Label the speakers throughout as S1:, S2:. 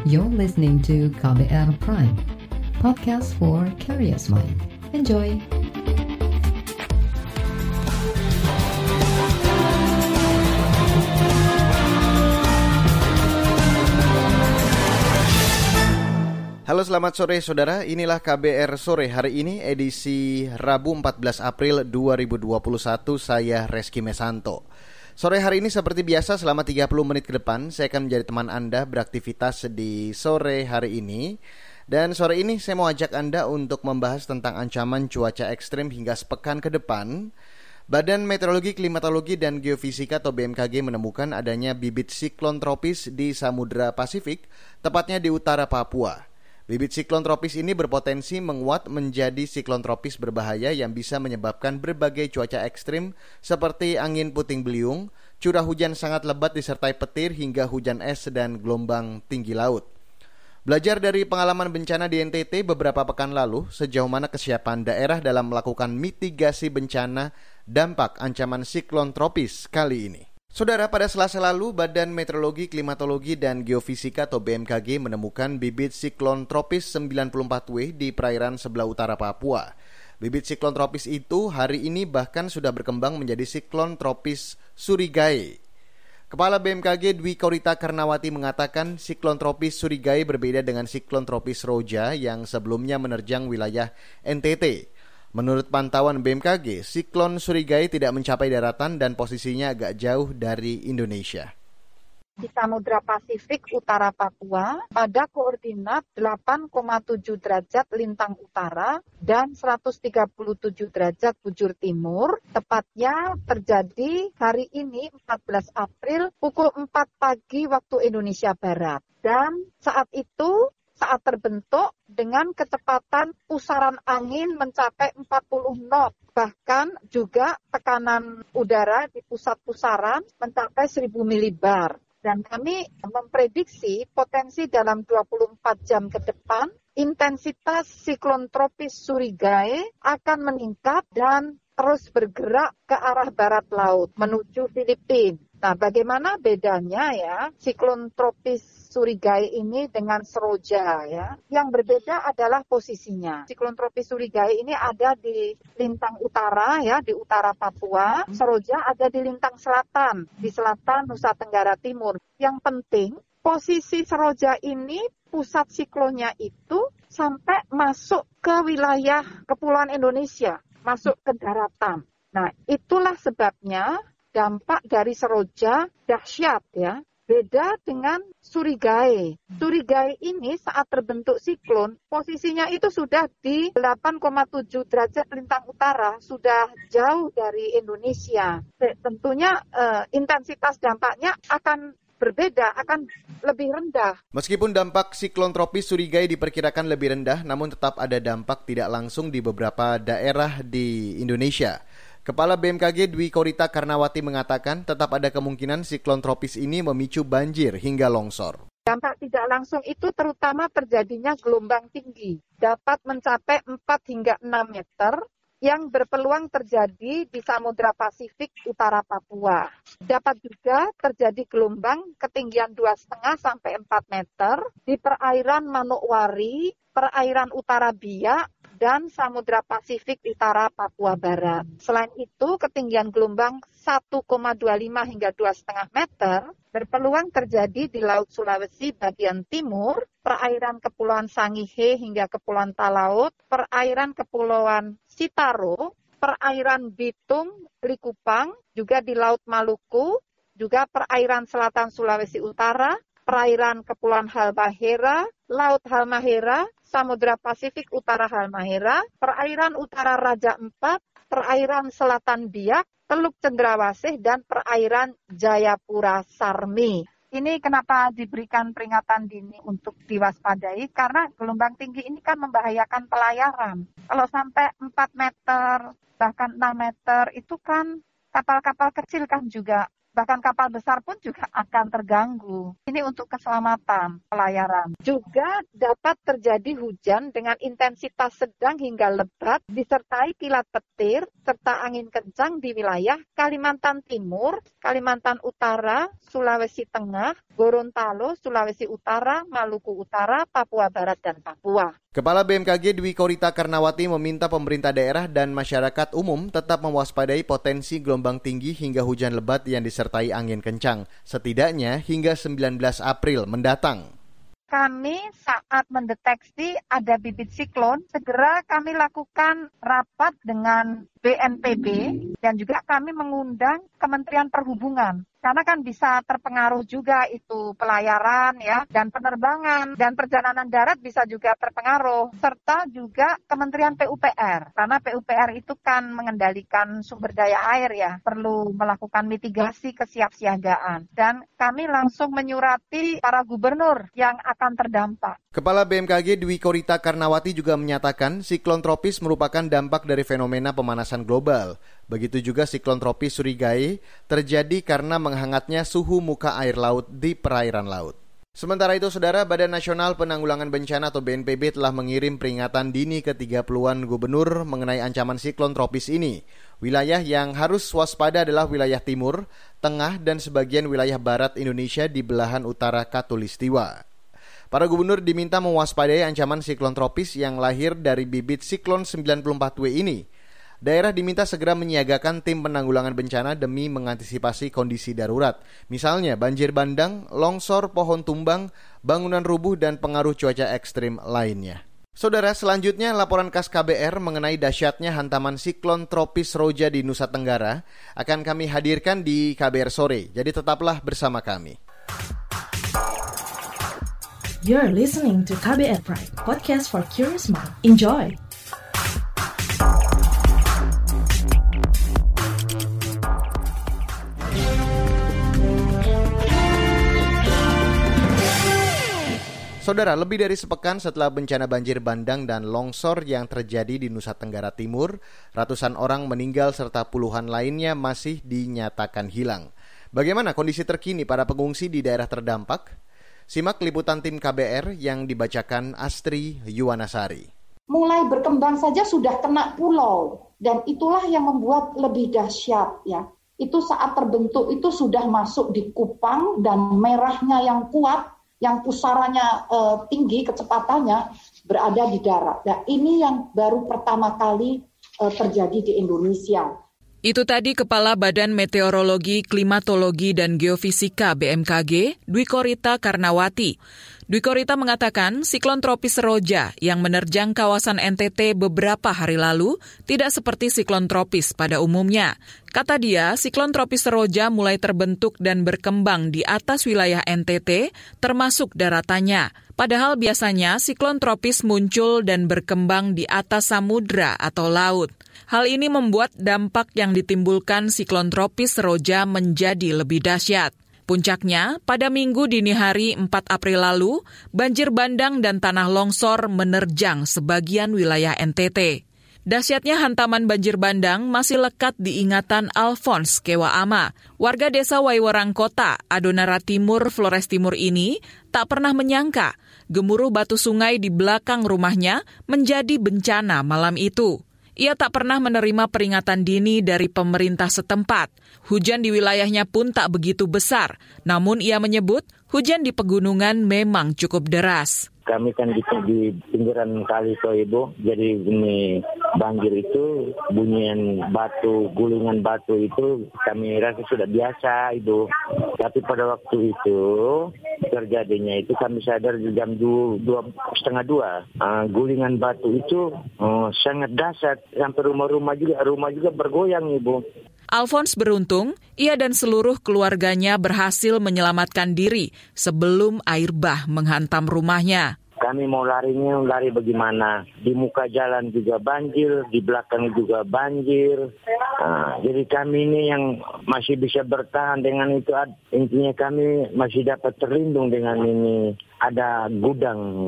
S1: You're listening to KBR Prime, podcast for curious mind. Enjoy!
S2: Halo, selamat sore saudara, inilah KBR Sore hari ini edisi Rabu 14 April 2021, saya Reski Mesanto. Sore hari ini seperti biasa selama 30 menit ke depan saya akan menjadi teman Anda beraktivitas di sore hari ini. Dan sore ini saya mau ajak Anda untuk membahas tentang ancaman cuaca ekstrim hingga sepekan ke depan. Badan Meteorologi, Klimatologi, dan Geofisika atau BMKG menemukan adanya bibit siklon tropis di Samudra Pasifik, tepatnya di utara Papua. Bibit siklon tropis ini berpotensi menguat menjadi siklon tropis berbahaya yang bisa menyebabkan berbagai cuaca ekstrim seperti angin puting beliung, curah hujan sangat lebat disertai petir hingga hujan es dan gelombang tinggi laut. Belajar dari pengalaman bencana di NTT beberapa pekan lalu, sejauh mana kesiapan daerah dalam melakukan mitigasi bencana dampak ancaman siklon tropis kali ini. Saudara, pada Selasa lalu, Badan Meteorologi, Klimatologi, dan Geofisika atau BMKG menemukan bibit siklon tropis 94W di perairan sebelah utara Papua. Bibit siklon tropis itu hari ini bahkan sudah berkembang menjadi siklon tropis Surigae. Kepala BMKG Dwi Korita Karnawati mengatakan siklon tropis Surigae berbeda dengan siklon tropis Roja yang sebelumnya menerjang wilayah NTT. Menurut pantauan BMKG, siklon Surigae tidak mencapai daratan dan posisinya agak jauh dari Indonesia.
S3: Di Samudra Pasifik utara Papua pada koordinat 8,7 derajat lintang utara dan 137 derajat bujur timur, tepatnya terjadi hari ini 14 April pukul 4 pagi waktu Indonesia Barat. Dan saat terbentuk dengan kecepatan pusaran angin mencapai 40 knot. Bahkan juga tekanan udara di pusat pusaran mencapai 1000 milibar. Dan kami memprediksi potensi dalam 24 jam ke depan, intensitas siklon tropis Surigae akan meningkat dan terus bergerak ke arah barat laut menuju Filipina. Nah, bagaimana bedanya ya siklon tropis Surigae ini dengan Seroja ya? Yang berbeda adalah posisinya. Siklon tropis Surigae ini ada di lintang utara ya, di utara Papua. Seroja ada di lintang selatan, di selatan Nusa Tenggara Timur. Yang penting posisi Seroja ini pusat siklonnya itu sampai masuk ke wilayah kepulauan Indonesia, masuk ke daratan. Nah, itulah sebabnya dampak dari Seroja dahsyat ya. Beda dengan Surigae. Surigae ini saat terbentuk siklon, posisinya itu sudah di 8,7 derajat lintang utara, sudah jauh dari Indonesia. Tentunya intensitas dampaknya akan berbeda, akan lebih rendah.
S2: Meskipun dampak siklon tropis Surigae diperkirakan lebih rendah, namun tetap ada dampak tidak langsung di beberapa daerah di Indonesia. Kepala BMKG Dwi Korita Karnawati mengatakan tetap ada kemungkinan siklon tropis ini memicu banjir hingga longsor.
S3: Dampak tidak langsung itu terutama terjadinya gelombang tinggi, dapat mencapai 4 hingga 6 meter, yang berpeluang terjadi di Samudra Pasifik utara Papua. Dapat juga terjadi gelombang ketinggian 2,5 sampai 4 meter di perairan Manokwari, perairan utara Biak, dan Samudra Pasifik utara Papua Barat. Selain itu, ketinggian gelombang 1,25 hingga 2,5 meter berpeluang terjadi di Laut Sulawesi bagian timur, perairan Kepulauan Sangihe hingga Kepulauan Talaut, perairan Kepulauan Sitaro, perairan Bitung, Likupang, juga di Laut Maluku, juga perairan selatan Sulawesi Utara, perairan Kepulauan Halmahera, Laut Halmahera, Samudra Pasifik Utara Halmahera, perairan utara Raja Empat, perairan selatan Biak, Teluk Cendrawasih, dan perairan Jayapura Sarmi. Ini kenapa diberikan peringatan dini untuk diwaspadai, karena gelombang tinggi ini kan membahayakan pelayaran. Kalau sampai 4 meter, bahkan 6 meter, itu kan kapal-kapal kecil kan juga Bahkan kapal besar pun juga akan terganggu. Ini untuk keselamatan pelayaran. Juga dapat terjadi hujan dengan intensitas sedang hingga lebat, disertai kilat petir, serta angin kencang di wilayah Kalimantan Timur, Kalimantan Utara, Sulawesi Tengah, Gorontalo, Sulawesi Utara, Maluku Utara, Papua Barat, dan Papua.
S2: Kepala BMKG Dwi Korita Karnawati meminta pemerintah daerah dan masyarakat umum tetap mewaspadai potensi gelombang tinggi hingga hujan lebat yang disertai angin kencang, setidaknya hingga 19 April mendatang.
S3: Kami saat mendeteksi ada bibit siklon, segera kami lakukan rapat dengan BNPB dan juga kami mengundang Kementerian Perhubungan. Karena kan bisa terpengaruh juga itu pelayaran ya dan penerbangan dan perjalanan darat bisa juga terpengaruh. Serta juga Kementerian PUPR. Karena PUPR itu kan mengendalikan sumber daya air ya. Perlu melakukan mitigasi kesiapsiagaan. Dan kami langsung menyurati para gubernur yang akan terdampak.
S2: Kepala BMKG Dwi Korita Karnawati juga menyatakan siklon tropis merupakan dampak dari fenomena pemanasan global. Begitu juga siklon tropis Surigae terjadi karena menghangatnya suhu muka air laut di perairan laut. Sementara itu, Saudara, Badan Nasional Penanggulangan Bencana atau BNPB telah mengirim peringatan dini ke 30-an gubernur mengenai ancaman siklon tropis ini. Wilayah yang harus waspada adalah wilayah timur, tengah, dan sebagian wilayah barat Indonesia di belahan utara Khatulistiwa. Para gubernur diminta mewaspadai ancaman siklon tropis yang lahir dari bibit siklon 94W ini. Daerah diminta segera menyiagakan tim penanggulangan bencana demi mengantisipasi kondisi darurat. Misalnya banjir bandang, longsor, pohon tumbang, bangunan rubuh, dan pengaruh cuaca ekstrim lainnya. Saudara, selanjutnya laporan khas KBR mengenai dahsyatnya hantaman siklon tropis Roja di Nusa Tenggara akan kami hadirkan di KBR Sore. Jadi tetaplah bersama kami.
S4: You're listening to KBR Pride, podcast for curious mind. Enjoy!
S2: Saudara, lebih dari sepekan setelah bencana banjir bandang dan longsor yang terjadi di Nusa Tenggara Timur, ratusan orang meninggal serta puluhan lainnya masih dinyatakan hilang. Bagaimana kondisi terkini para pengungsi di daerah terdampak? Simak liputan tim KBR yang dibacakan Astri Yuwanasari.
S5: Mulai berkembang saja sudah kena pulau, dan itulah yang membuat lebih dahsyat ya. Itu saat terbentuk itu sudah masuk di Kupang dan merahnya yang kuat, yang pusarannya tinggi, kecepatannya berada di darat. Nah, ini yang baru pertama kali terjadi di Indonesia.
S6: Itu tadi Kepala Badan Meteorologi, Klimatologi, dan Geofisika BMKG, Dwi Korita Karnawati. Dwi Korita mengatakan siklon tropis Roja yang menerjang kawasan NTT beberapa hari lalu tidak seperti siklon tropis pada umumnya. Kata dia, siklon tropis Roja mulai terbentuk dan berkembang di atas wilayah NTT, termasuk daratannya. Padahal biasanya siklon tropis muncul dan berkembang di atas samudra atau laut. Hal ini membuat dampak yang ditimbulkan siklon tropis Roja menjadi lebih dahsyat. Puncaknya, pada Minggu dini hari 4 April lalu, banjir bandang dan tanah longsor menerjang sebagian wilayah NTT. Dahsyatnya hantaman banjir bandang masih lekat di ingatan Alphonse Kewaama. Warga desa Waiwerang Kota, Adonara Timur, Flores Timur ini tak pernah menyangka gemuruh batu sungai di belakang rumahnya menjadi bencana malam itu. Ia tak pernah menerima peringatan dini dari pemerintah setempat. Hujan di wilayahnya pun tak begitu besar. Namun ia menyebut hujan di pegunungan memang cukup deras.
S7: Kami kan di pinggiran kali Ibu, jadi ini banjir itu bunyian batu, gulingan batu itu kami rasa sudah biasa Ibu. Tapi pada waktu itu terjadinya itu kami sadar di jam 1:30. Gulingan batu itu sangat dahsyat sampai rumah juga bergoyang Ibu.
S6: Alphonse beruntung, ia dan seluruh keluarganya berhasil menyelamatkan diri sebelum air bah menghantam rumahnya.
S7: Kami mau lari bagaimana? Di muka jalan juga banjir, di belakang juga banjir. Jadi kami ini yang masih bisa bertahan dengan itu, intinya kami masih dapat terlindung dengan ini. Ada gudang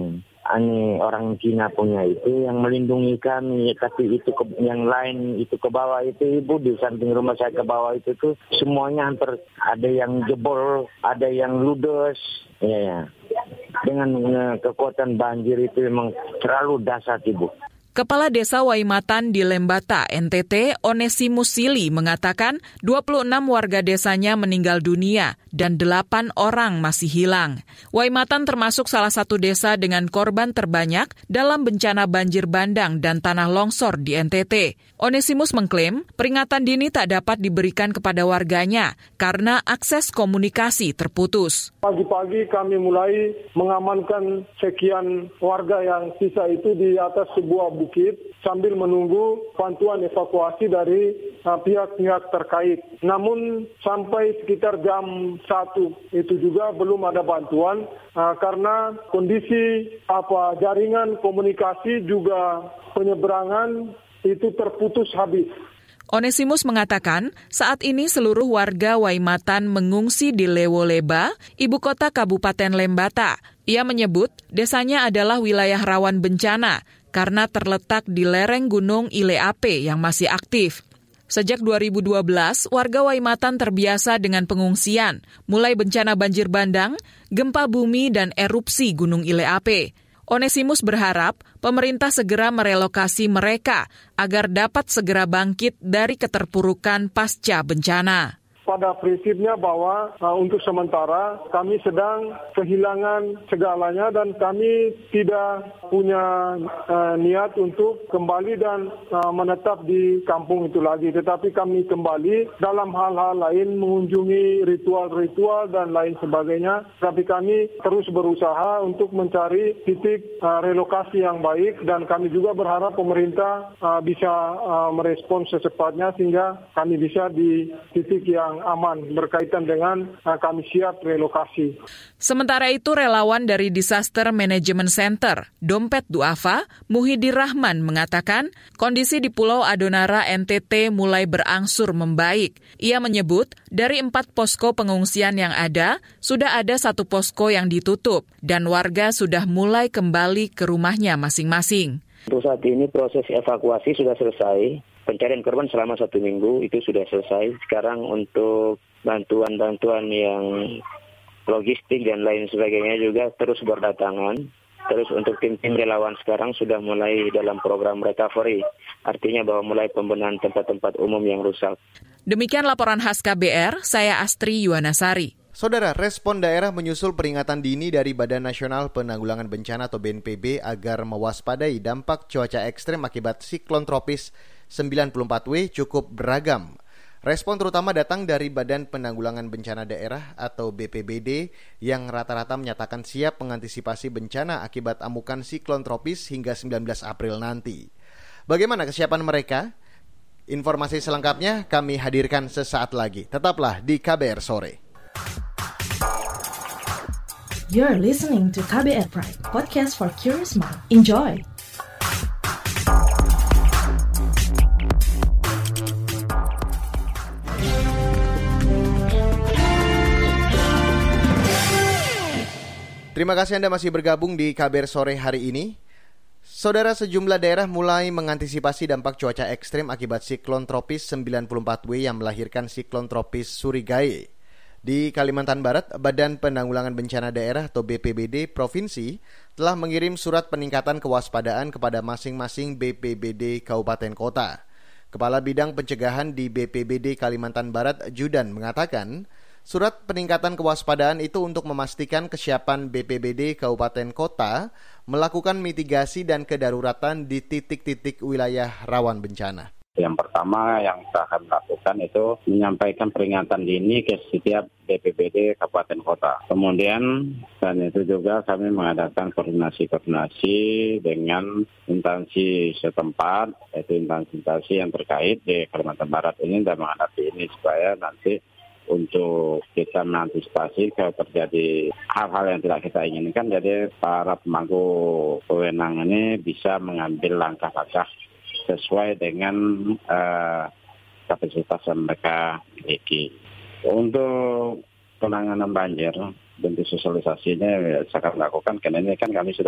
S7: orang Cina punya itu yang melindungi kami, tapi itu yang lain itu ke bawah itu Ibu, di samping rumah saya ke bawah itu tuh semuanya hampir ada yang jebol, ada yang ludes, ya. Dengan kekuatan banjir itu memang terlalu dahsyat Ibu.
S6: Kepala Desa Waimatan di Lembata, NTT, Onesimus Sili mengatakan 26 warga desanya meninggal dunia dan 8 orang masih hilang. Waimatan termasuk salah satu desa dengan korban terbanyak dalam bencana banjir bandang dan tanah longsor di NTT. Onesimus mengklaim peringatan dini tak dapat diberikan kepada warganya karena akses komunikasi terputus.
S8: Pagi-pagi kami mulai mengamankan sekian warga yang sisa itu di atas sebuah bukit sambil menunggu bantuan evakuasi dari pihak-pihak terkait. Namun sampai sekitar jam 1 itu juga belum ada bantuan karena kondisi jaringan komunikasi juga penyeberangan itu terputus habis.
S6: Onesimus mengatakan saat ini seluruh warga Waimatan mengungsi di Lewoleba, ibu kota Kabupaten Lembata. Ia menyebut desanya adalah wilayah rawan bencana karena terletak di lereng Gunung Ileape yang masih aktif. Sejak 2012, warga Waimatan terbiasa dengan pengungsian, mulai bencana banjir bandang, gempa bumi, dan erupsi Gunung Ileape. Onesimus berharap pemerintah segera merelokasi mereka agar dapat segera bangkit dari keterpurukan pasca bencana.
S8: Pada prinsipnya bahwa untuk sementara kami sedang kehilangan segalanya dan kami tidak punya niat untuk kembali dan menetap di kampung itu lagi. Tetapi kami kembali dalam hal-hal lain, mengunjungi ritual-ritual dan lain sebagainya. Tapi kami terus berusaha untuk mencari titik relokasi yang baik dan kami juga berharap pemerintah bisa merespons secepatnya sehingga kami bisa di titik yang aman berkaitan dengan kami siap relokasi.
S6: Sementara itu relawan dari Disaster Management Center, Dompet Duafa, Muhyiddin Rahman mengatakan kondisi di Pulau Adonara NTT mulai berangsur membaik. Ia menyebut dari 4 posko pengungsian yang ada, sudah ada 1 posko yang ditutup dan warga sudah mulai kembali ke rumahnya masing-masing.
S7: Untuk saat ini proses evakuasi sudah selesai. Pencarian korban selama 1 minggu itu sudah selesai. Sekarang untuk bantuan-bantuan yang logistik dan lain sebagainya juga terus berdatangan. Terus untuk tim-tim relawan sekarang sudah mulai dalam program recovery. Artinya bahwa mulai pembenahan tempat-tempat umum yang rusak.
S6: Demikian laporan khas KBR, saya Astri Yuwanasari.
S2: Saudara, respon daerah menyusul peringatan dini dari Badan Nasional Penanggulangan Bencana atau BNPB agar mewaspadai dampak cuaca ekstrem akibat siklon tropis 94W cukup beragam. Respon terutama datang dari Badan Penanggulangan Bencana Daerah atau BPBD yang rata-rata menyatakan siap mengantisipasi bencana akibat amukan siklon tropis hingga 19 April nanti. Bagaimana kesiapan mereka? Informasi selengkapnya kami hadirkan sesaat lagi. Tetaplah di KBR Sore.
S4: You're listening to KBR Pride, podcast for curious mind. Enjoy!
S2: Terima kasih Anda masih bergabung di KBR Sore hari ini. Saudara, sejumlah daerah mulai mengantisipasi dampak cuaca ekstrem akibat siklon tropis 94W yang melahirkan siklon tropis Surigae. Di Kalimantan Barat, Badan Penanggulangan Bencana Daerah atau BPBD Provinsi telah mengirim surat peningkatan kewaspadaan kepada masing-masing BPBD Kabupaten Kota. Kepala Bidang Pencegahan di BPBD Kalimantan Barat, Judan, mengatakan surat peningkatan kewaspadaan itu untuk memastikan kesiapan BPBD Kabupaten Kota melakukan mitigasi dan kedaruratan di titik-titik wilayah rawan bencana.
S9: Yang pertama yang kita akan lakukan itu menyampaikan peringatan dini ke setiap BPBD Kabupaten Kota. Kemudian dan itu juga kami mengadakan koordinasi dengan instansi setempat, yaitu instansi yang terkait di Kalimantan Barat ini dan menghadapi ini supaya nanti untuk kita mengantisipasi kalau terjadi hal-hal yang tidak kita inginkan. Jadi para pemangku wewenang ini bisa mengambil langkah-langkah sesuai dengan kapasitas yang mereka miliki. Untuk penanganan banjir, bentuk sosialisasinya saya akan lakukan, karena ini kan kami sudah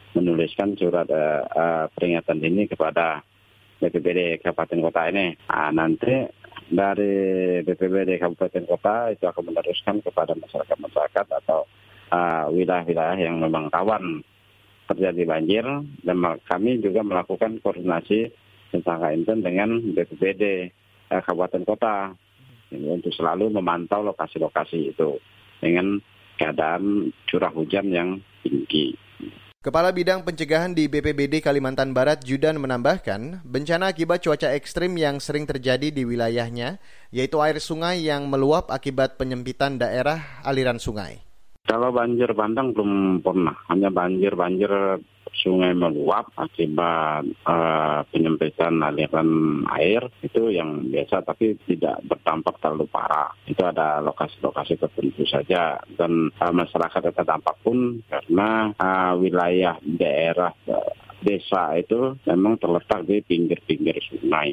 S9: menuliskan surat peringatan dini kepada BPBD Kabupaten Kota ini. Nanti dari BPBD Kabupaten Kota itu akan meneruskan kepada masyarakat atau wilayah-wilayah yang memang rawan terjadi banjir, dan kami juga melakukan koordinasi tentang intent dengan BPBD Kabupaten Kota untuk selalu memantau lokasi-lokasi itu dengan keadaan curah hujan yang tinggi.
S2: Kepala Bidang Pencegahan di BPBD Kalimantan Barat, Judan, menambahkan, bencana akibat cuaca ekstrim yang sering terjadi di wilayahnya, yaitu air sungai yang meluap akibat penyempitan daerah aliran sungai.
S9: Kalau banjir bandang belum pernah, hanya banjir sungai meluap akibat penyempitan aliran air, itu yang biasa tapi tidak berdampak terlalu parah. Itu ada lokasi-lokasi tertentu saja, dan masyarakat terdampak pun karena wilayah daerah desa itu memang terletak di pinggir-pinggir sungai.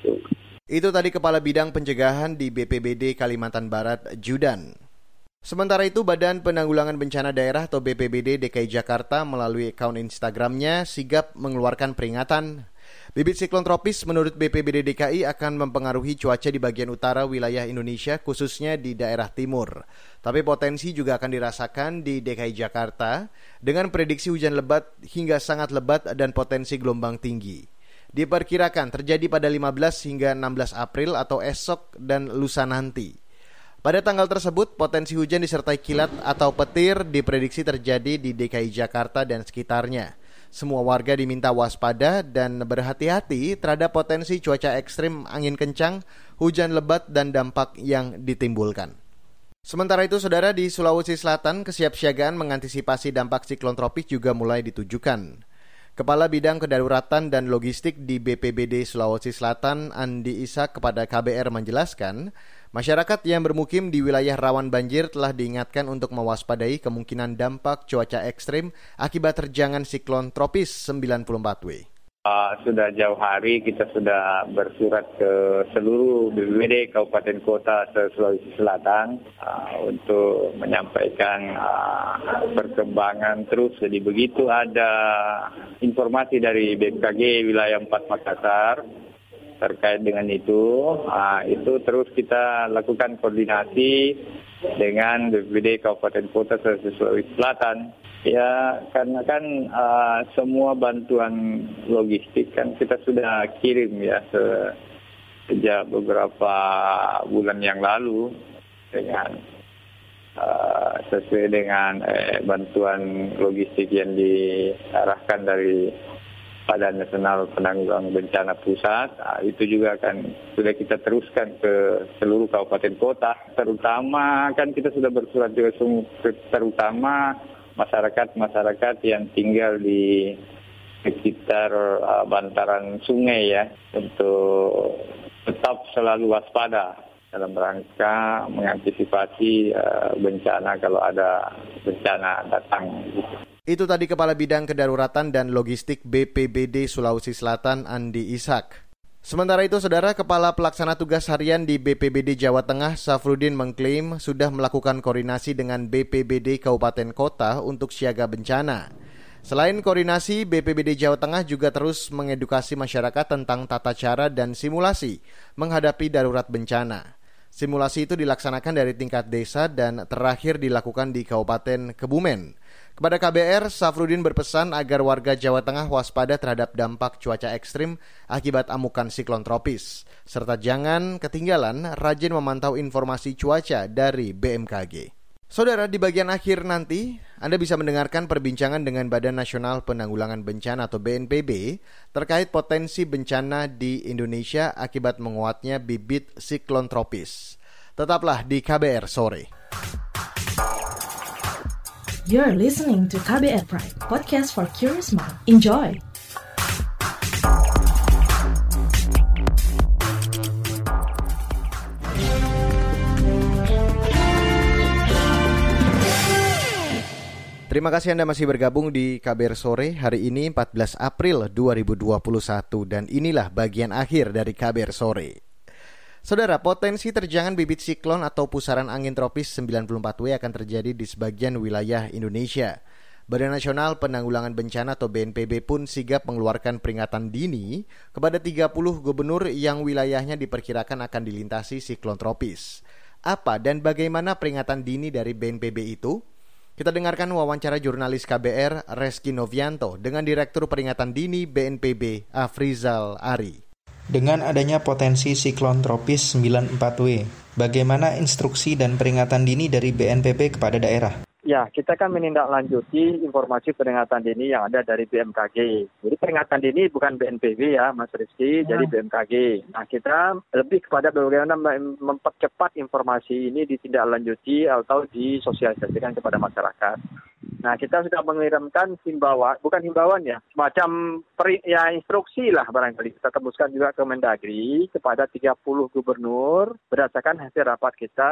S2: Itu tadi Kepala Bidang Pencegahan di BPBD Kalimantan Barat, Judan. Sementara itu, Badan Penanggulangan Bencana Daerah atau BPBD DKI Jakarta melalui akun Instagramnya sigap mengeluarkan peringatan. Bibit siklon tropis menurut BPBD DKI akan mempengaruhi cuaca di bagian utara wilayah Indonesia, khususnya di daerah timur. Tapi potensi juga akan dirasakan di DKI Jakarta dengan prediksi hujan lebat hingga sangat lebat dan potensi gelombang tinggi. Diperkirakan terjadi pada 15 hingga 16 April atau esok dan lusa nanti. Pada tanggal tersebut, potensi hujan disertai kilat atau petir diprediksi terjadi di DKI Jakarta dan sekitarnya. Semua warga diminta waspada dan berhati-hati terhadap potensi cuaca ekstrim, angin kencang, hujan lebat, dan dampak yang ditimbulkan. Sementara itu, saudara, di Sulawesi Selatan, kesiapsiagaan mengantisipasi dampak siklon tropis juga mulai ditujukan. Kepala Bidang Kedaruratan dan Logistik di BPBD Sulawesi Selatan, Andi Ishak, kepada KBR menjelaskan, masyarakat yang bermukim di wilayah rawan banjir telah diingatkan untuk mewaspadai kemungkinan dampak cuaca ekstrim akibat terjangan siklon tropis 94W.
S10: Sudah jauh hari kita sudah bersurat ke seluruh BPBD Kabupaten Kota Sulawesi Selatan untuk menyampaikan perkembangan terus. Jadi begitu ada informasi dari BMKG wilayah 4 Makassar terkait dengan itu terus kita lakukan koordinasi dengan BPBD Kabupaten Kota Sulawesi Selatan. Ya, karena kan semua bantuan logistik kan kita sudah kirim ya sejak beberapa bulan yang lalu dengan sesuai dengan bantuan logistik yang diarahkan dari Badan Nasional Penanggulangan Bencana Pusat. Itu juga kan sudah kita teruskan ke seluruh kabupaten kota. Terutama kan kita sudah bersurat juga terutama masyarakat yang tinggal di sekitar bantaran sungai ya, untuk tetap selalu waspada dalam rangka mengantisipasi bencana kalau ada bencana datang.
S2: Itu tadi Kepala Bidang Kedaruratan dan Logistik BPBD Sulawesi Selatan, Andi Ishak. Sementara itu, saudara, Kepala Pelaksana Tugas Harian di BPBD Jawa Tengah, Safrudin, mengklaim sudah melakukan koordinasi dengan BPBD Kabupaten Kota untuk siaga bencana. Selain koordinasi, BPBD Jawa Tengah juga terus mengedukasi masyarakat tentang tata cara dan simulasi menghadapi darurat bencana. Simulasi itu dilaksanakan dari tingkat desa dan terakhir dilakukan di Kabupaten Kebumen. Kepada KBR, Safrudin berpesan agar warga Jawa Tengah waspada terhadap dampak cuaca ekstrim akibat amukan siklon tropis, serta jangan ketinggalan rajin memantau informasi cuaca dari BMKG. Saudara, di bagian akhir nanti, Anda bisa mendengarkan perbincangan dengan Badan Nasional Penanggulangan Bencana atau BNPB terkait potensi bencana di Indonesia akibat menguatnya bibit siklon tropis. Tetaplah di KBR Sore.
S4: You're listening to KBR Pride, podcast for curious mind. Enjoy!
S2: Terima kasih Anda masih bergabung di KBR Sore hari ini 14 April 2021 dan inilah bagian akhir dari KBR Sore. Saudara, potensi terjangan bibit siklon atau pusaran angin tropis 94W akan terjadi di sebagian wilayah Indonesia. Badan Nasional Penanggulangan Bencana atau BNPB pun sigap mengeluarkan peringatan dini kepada 30 gubernur yang wilayahnya diperkirakan akan dilintasi siklon tropis. Apa dan bagaimana peringatan dini dari BNPB itu? Kita dengarkan wawancara jurnalis KBR Reski Novianto dengan Direktur Peringatan Dini BNPB Afrizal Ari.
S11: Dengan adanya potensi siklon tropis 94W, bagaimana instruksi dan peringatan dini dari BNPB kepada daerah?
S12: Ya, kita kan menindaklanjuti informasi peringatan dini yang ada dari BMKG. Jadi peringatan dini bukan BNPB ya, Mas Rizky, jadi BMKG. Nah, kita lebih kepada bagaimana mempercepat informasi ini ditindaklanjuti atau disosialisasikan kepada masyarakat. Nah, kita sudah mengirimkan himbauan ya, semacam instruksi lah barangkali. Kita tembuskan juga ke Mendagri kepada 30 gubernur berdasarkan hasil rapat kita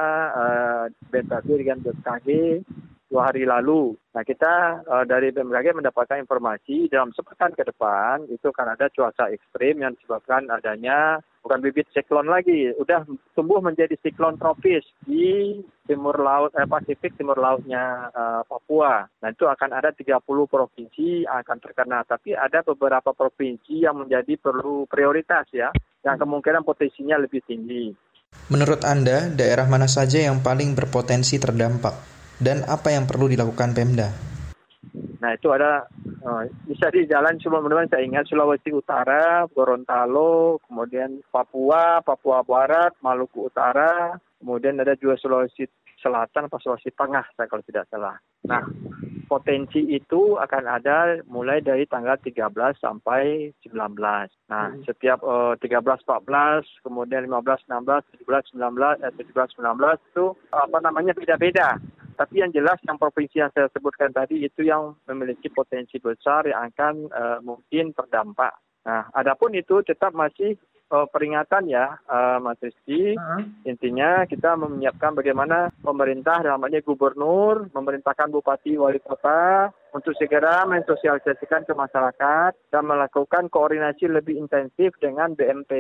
S12: BNPB dengan BMKG 2 hari lalu. Nah, kita dari BMKG mendapatkan informasi dalam sepekan ke depan itu akan ada cuaca ekstrim yang disebabkan adanya bukan bibit siklon lagi, udah tumbuh menjadi siklon tropis di timur laut Pasifik, timur lautnya Papua. Nah, itu akan ada 30 provinsi akan terkena, tapi ada beberapa provinsi yang menjadi perlu prioritas ya, yang kemungkinan potensinya lebih tinggi.
S11: Menurut Anda, daerah mana saja yang paling berpotensi terdampak? Dan apa yang perlu dilakukan Pemda?
S12: Nah, itu ada bisa di jalan teman-teman saya ingat Sulawesi Utara, Gorontalo, kemudian Papua Barat, Maluku Utara, kemudian ada juga Sulawesi Selatan atau Sulawesi Tengah saya kalau tidak salah. Nah, potensi itu akan ada mulai dari tanggal 13 sampai 19. Nah, setiap 13, 14, kemudian 15, 16, 17, 19 itu beda-beda. Tapi yang jelas yang provinsi yang saya sebutkan tadi itu yang memiliki potensi besar yang akan mungkin terdampak. Nah, adapun itu tetap masih peringatan ya, Mas Rizky. Intinya kita menyiapkan bagaimana pemerintah, dalam hal ini gubernur, memerintahkan bupati, wali kota untuk segera mensosialisasikan ke masyarakat dan melakukan koordinasi lebih intensif dengan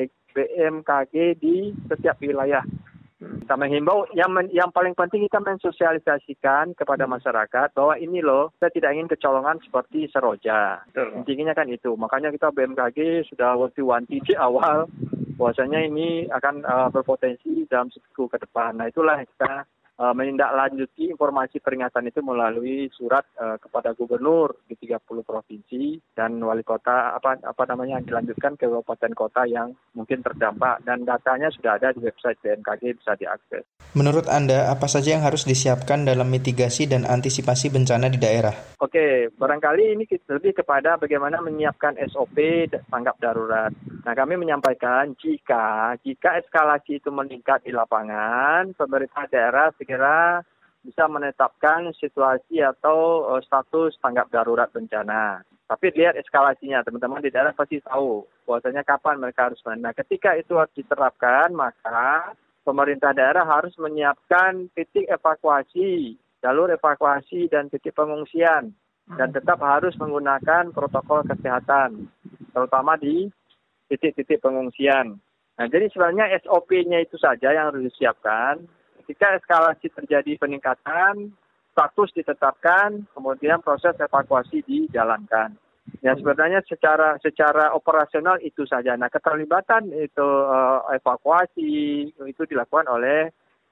S12: BMKG di setiap wilayah. Kita menghimbau yang paling penting kita mensosialisasikan kepada masyarakat bahwa ini loh, kita tidak ingin kecolongan seperti Seroja. Intinya kan itu. Makanya kita BMKG sudah wanti-wanti di awal bahwasanya ini akan berpotensi dalam seminggu ke depan. Nah, itulah kita menindaklanjuti informasi peringatan itu melalui surat kepada gubernur di 30 provinsi dan wali kota yang dilanjutkan ke kabupaten kota yang mungkin terdampak, dan datanya sudah ada di website BMKG, bisa diakses.
S11: Menurut Anda, apa saja yang harus disiapkan dalam mitigasi dan antisipasi bencana di daerah?
S12: Oke, barangkali ini lebih kepada bagaimana menyiapkan SOP tanggap darurat. Nah, kami menyampaikan jika eskalasi itu meningkat di lapangan, pemerintah daerah segera bisa menetapkan situasi atau status tanggap darurat bencana. Tapi lihat eskalasinya, teman-teman di daerah pasti tahu bahwasanya kapan mereka harus Nah, ketika itu harus diterapkan, maka pemerintah daerah harus menyiapkan titik evakuasi, jalur evakuasi dan titik pengungsian, dan tetap harus menggunakan protokol kesehatan, terutama di titik-titik pengungsian. Nah, jadi sebenarnya SOP-nya itu saja yang harus disiapkan. Ketika eskalasi terjadi peningkatan, status ditetapkan, kemudian proses evakuasi dijalankan. Ya, sebenarnya secara operasional itu saja. Nah, keterlibatan itu evakuasi itu dilakukan oleh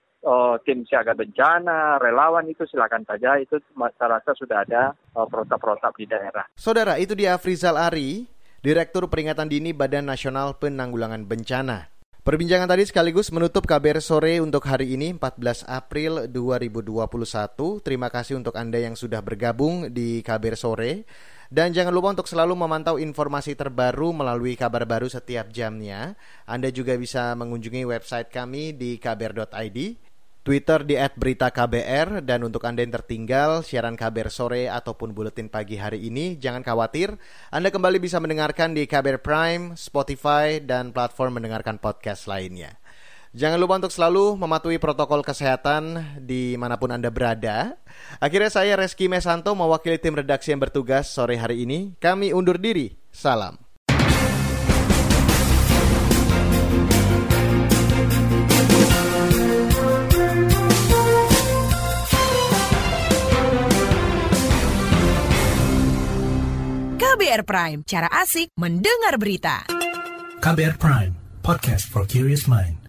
S12: tim siaga bencana, relawan, itu silakan saja. Itu masyarakat sudah ada protap-protap di daerah.
S2: Saudara, itu dia Afrizal Ari, Direktur Peringatan Dini Badan Nasional Penanggulangan Bencana. Perbincangan tadi sekaligus menutup KBR Sore untuk hari ini 14 April 2021. Terima kasih untuk Anda yang sudah bergabung di KBR Sore. Dan jangan lupa untuk selalu memantau informasi terbaru melalui kabar baru setiap jamnya. Anda juga bisa mengunjungi website kami di kbr.id, Twitter di @beritaKBR, dan untuk Anda yang tertinggal siaran KBR Sore ataupun buletin pagi hari ini, jangan khawatir, Anda kembali bisa mendengarkan di KBR Prime, Spotify, dan platform mendengarkan podcast lainnya. Jangan lupa untuk selalu mematuhi protokol kesehatan dimanapun Anda berada. Akhirnya saya Reski Mesanto mewakili tim redaksi yang bertugas sore hari ini. Kami undur diri. Salam.
S13: KBR Prime, cara asik mendengar berita.
S14: KBR Prime, podcast for curious mind.